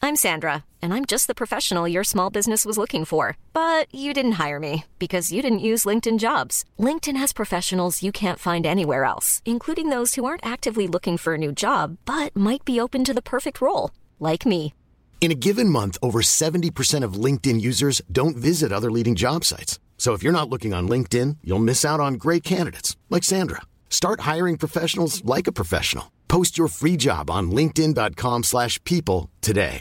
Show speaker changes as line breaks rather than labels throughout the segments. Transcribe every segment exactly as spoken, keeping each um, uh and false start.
I'm Sandra, and I'm just the professional your small business was looking for. But you didn't hire me because you didn't use LinkedIn Jobs. LinkedIn has professionals you can't find anywhere else, including those who aren't actively looking for a new job, but might be open to the perfect role, like me.
In a given month, over seventy percent of LinkedIn users don't visit other leading job sites. So if you're not looking on LinkedIn, you'll miss out on great candidates like Sandra. Start hiring professionals like a professional. Post your free job on linkedin.com slash people today.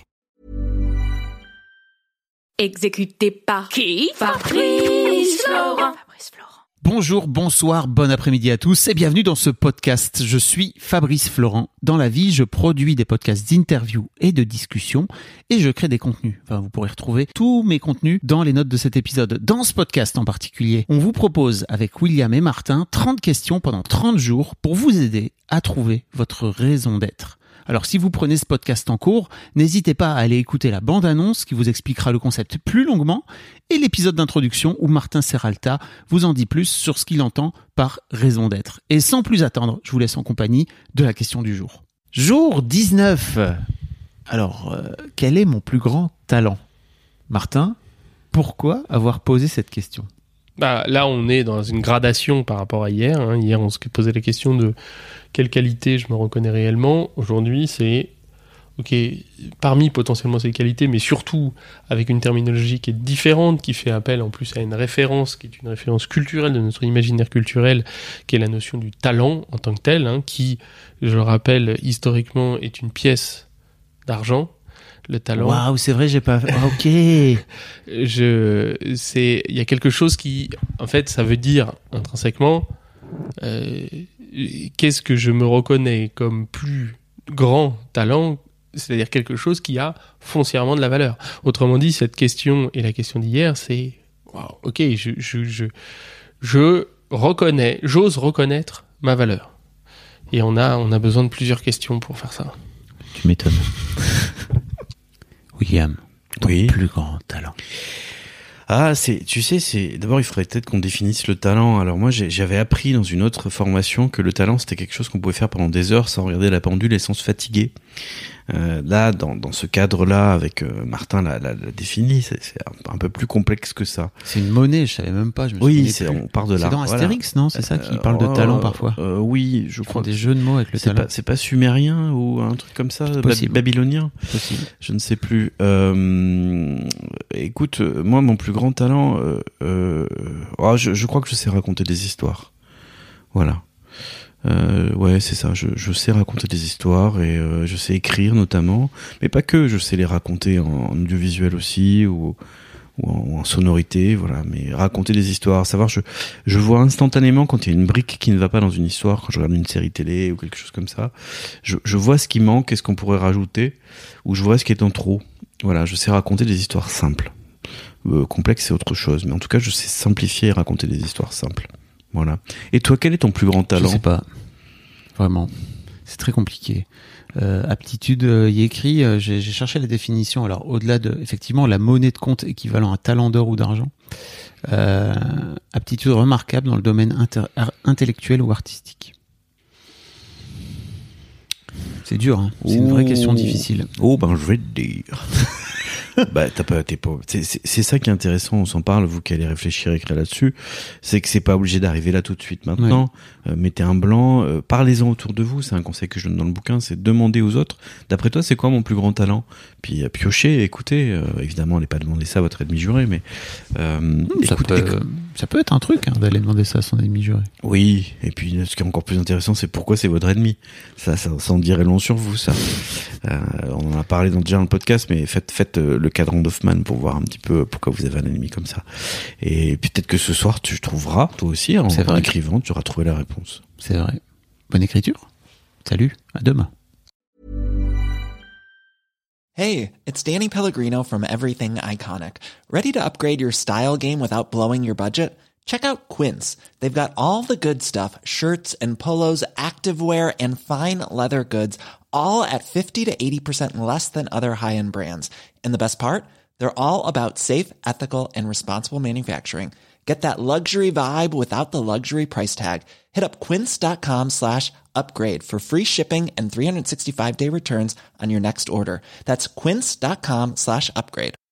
Exécuté par qui? Fabrice Florent. Fabrice Florent.
Bonjour, bonsoir, bon après-midi à tous et bienvenue dans ce podcast. Je suis Fabrice Florent. Dans la vie, je produis des podcasts d'interviews et de discussions et je crée des contenus. Enfin, vous pourrez retrouver tous mes contenus dans les notes de cet épisode. Dans ce podcast en particulier, on vous propose avec William et Martin trente questions pendant trente jours pour vous aider à trouver votre raison d'être. Alors si vous prenez ce podcast en cours, n'hésitez pas à aller écouter la bande-annonce qui vous expliquera le concept plus longuement et l'épisode d'introduction où Martin Serralta vous en dit plus sur ce qu'il entend par raison d'être. Et sans plus attendre, je vous laisse en compagnie de la question du jour. Jour dix-neuf. Alors, euh, quel est mon plus grand talent ? Martin, pourquoi avoir posé cette question ?
Bah, là, on est dans une gradation par rapport à hier. Hein. Hier, on se posait la question de quelle qualité je me reconnais réellement. Aujourd'hui, c'est, ok, parmi potentiellement ces qualités, mais surtout avec une terminologie qui est différente, qui fait appel en plus à une référence, qui est une référence culturelle de notre imaginaire culturel, qui est la notion du talent en tant que tel, hein, qui, je le rappelle, historiquement, est une pièce d'argent. Le talent.
Waouh, c'est vrai, j'ai pas. Ah, ok.
Je, c'est, il y a quelque chose qui, en fait, ça veut dire intrinsèquement, euh, qu'est-ce que je me reconnais comme plus grand talent, c'est-à-dire quelque chose qui a foncièrement de la valeur. Autrement dit, cette question et la question d'hier, c'est, waouh, ok, je, je, je, je reconnais, j'ose reconnaître ma valeur. Et on a, on a besoin de plusieurs questions pour faire ça.
Tu m'étonnes. William, ton
oui.
plus grand talent.
Ah, c'est, tu sais, c'est d'abord il faudrait peut-être qu'on définisse le talent. Alors moi, j'ai, j'avais appris dans une autre formation que le talent c'était quelque chose qu'on pouvait faire pendant des heures sans regarder la pendule et sans se fatiguer. Euh, là, dans, dans ce cadre-là, avec euh, Martin l'a, l'a, l'a défini, c'est, c'est un, un peu plus complexe que ça.
C'est une monnaie, je savais même pas. Je me
oui, c'est, on part de là.
C'est dans Astérix,
voilà.
non ? C'est ça qui
euh,
parle de
euh,
talent parfois.
Euh, oui, je
Ils
crois.
font des jeux de mots avec le
c'est
talent.
Pas, c'est pas sumérien ou un truc comme ça,
Possible.
Bab- babylonien.
Possible.
Je ne sais plus. Euh, écoute, moi, mon plus grand talent, euh, euh, oh, je, je crois que je sais raconter des histoires. Voilà. Euh, ouais, c'est ça. Je, je sais raconter des histoires et euh, je sais écrire notamment, mais pas que. Je sais les raconter en, en audiovisuel aussi ou, ou, en, ou en sonorité, voilà. Mais raconter des histoires, savoir, je, je vois instantanément quand il y a une brique qui ne va pas dans une histoire, quand je regarde une série télé ou quelque chose comme ça. Je, je vois ce qui manque, qu'est-ce qu'on pourrait rajouter, ou je vois ce qui est en trop. Voilà, je sais raconter des histoires simples. Euh, complexe, c'est autre chose, mais en tout cas, je sais simplifier et raconter des histoires simples. Voilà. Et toi, quel est ton plus grand talent ?
Je sais pas. Vraiment. C'est très compliqué. Euh, aptitude, euh, y écrit, euh, j'ai, j'ai cherché la définition. Alors, au-delà de, effectivement, la monnaie de compte équivalent à talent d'or ou d'argent. Euh, aptitude remarquable dans le domaine inter- intellectuel ou artistique. C'est dur, hein. C'est une vraie question difficile.
Oh, ben, je vais te dire. bah, t'as pas, t'es pas, c'est, c'est, c'est ça qui est intéressant, on s'en parle, vous qui allez réfléchir et écrire là-dessus, c'est que c'est pas obligé d'arriver là tout de suite maintenant. Ouais. Euh, mettez un blanc, euh, parlez-en autour de vous, c'est un conseil que je donne dans le bouquin, c'est demander aux autres, d'après toi, c'est quoi mon plus grand talent? Puis, euh, piochez, écoutez, euh, évidemment, n'allez pas demander ça à votre ennemi juré, mais, euh,
mmh, ça,
écoute,
peut,
écoute.
ça peut être un truc, hein, d'aller demander ça à son ennemi juré.
Oui, et puis, ce qui est encore plus intéressant, c'est pourquoi c'est votre ennemi. Ça, ça, ça en dirait long sur vous, ça. Euh, on en a parlé dans, déjà dans le podcast, mais faites, faites euh, le cadran d'Hoffman pour voir un petit peu pourquoi vous avez un ennemi comme ça. Et puis peut-être que ce soir, tu trouveras, toi aussi, en, en écrivant, tu auras trouvé la réponse.
C'est vrai. Bonne écriture. Salut, à demain.
Hey, it's Danny Pellegrino from Everything Iconic. Ready to upgrade your style game without blowing your budget? Check out Quince. They've got all the good stuff, shirts and polos, activewear, and fine leather goods, all at fifty to eighty percent less than other high-end brands. And the best part? They're all about safe, ethical, and responsible manufacturing. Get that luxury vibe without the luxury price tag. Hit up quince.com slash upgrade for free shipping and three sixty-five day returns on your next order. That's quince.com slash upgrade.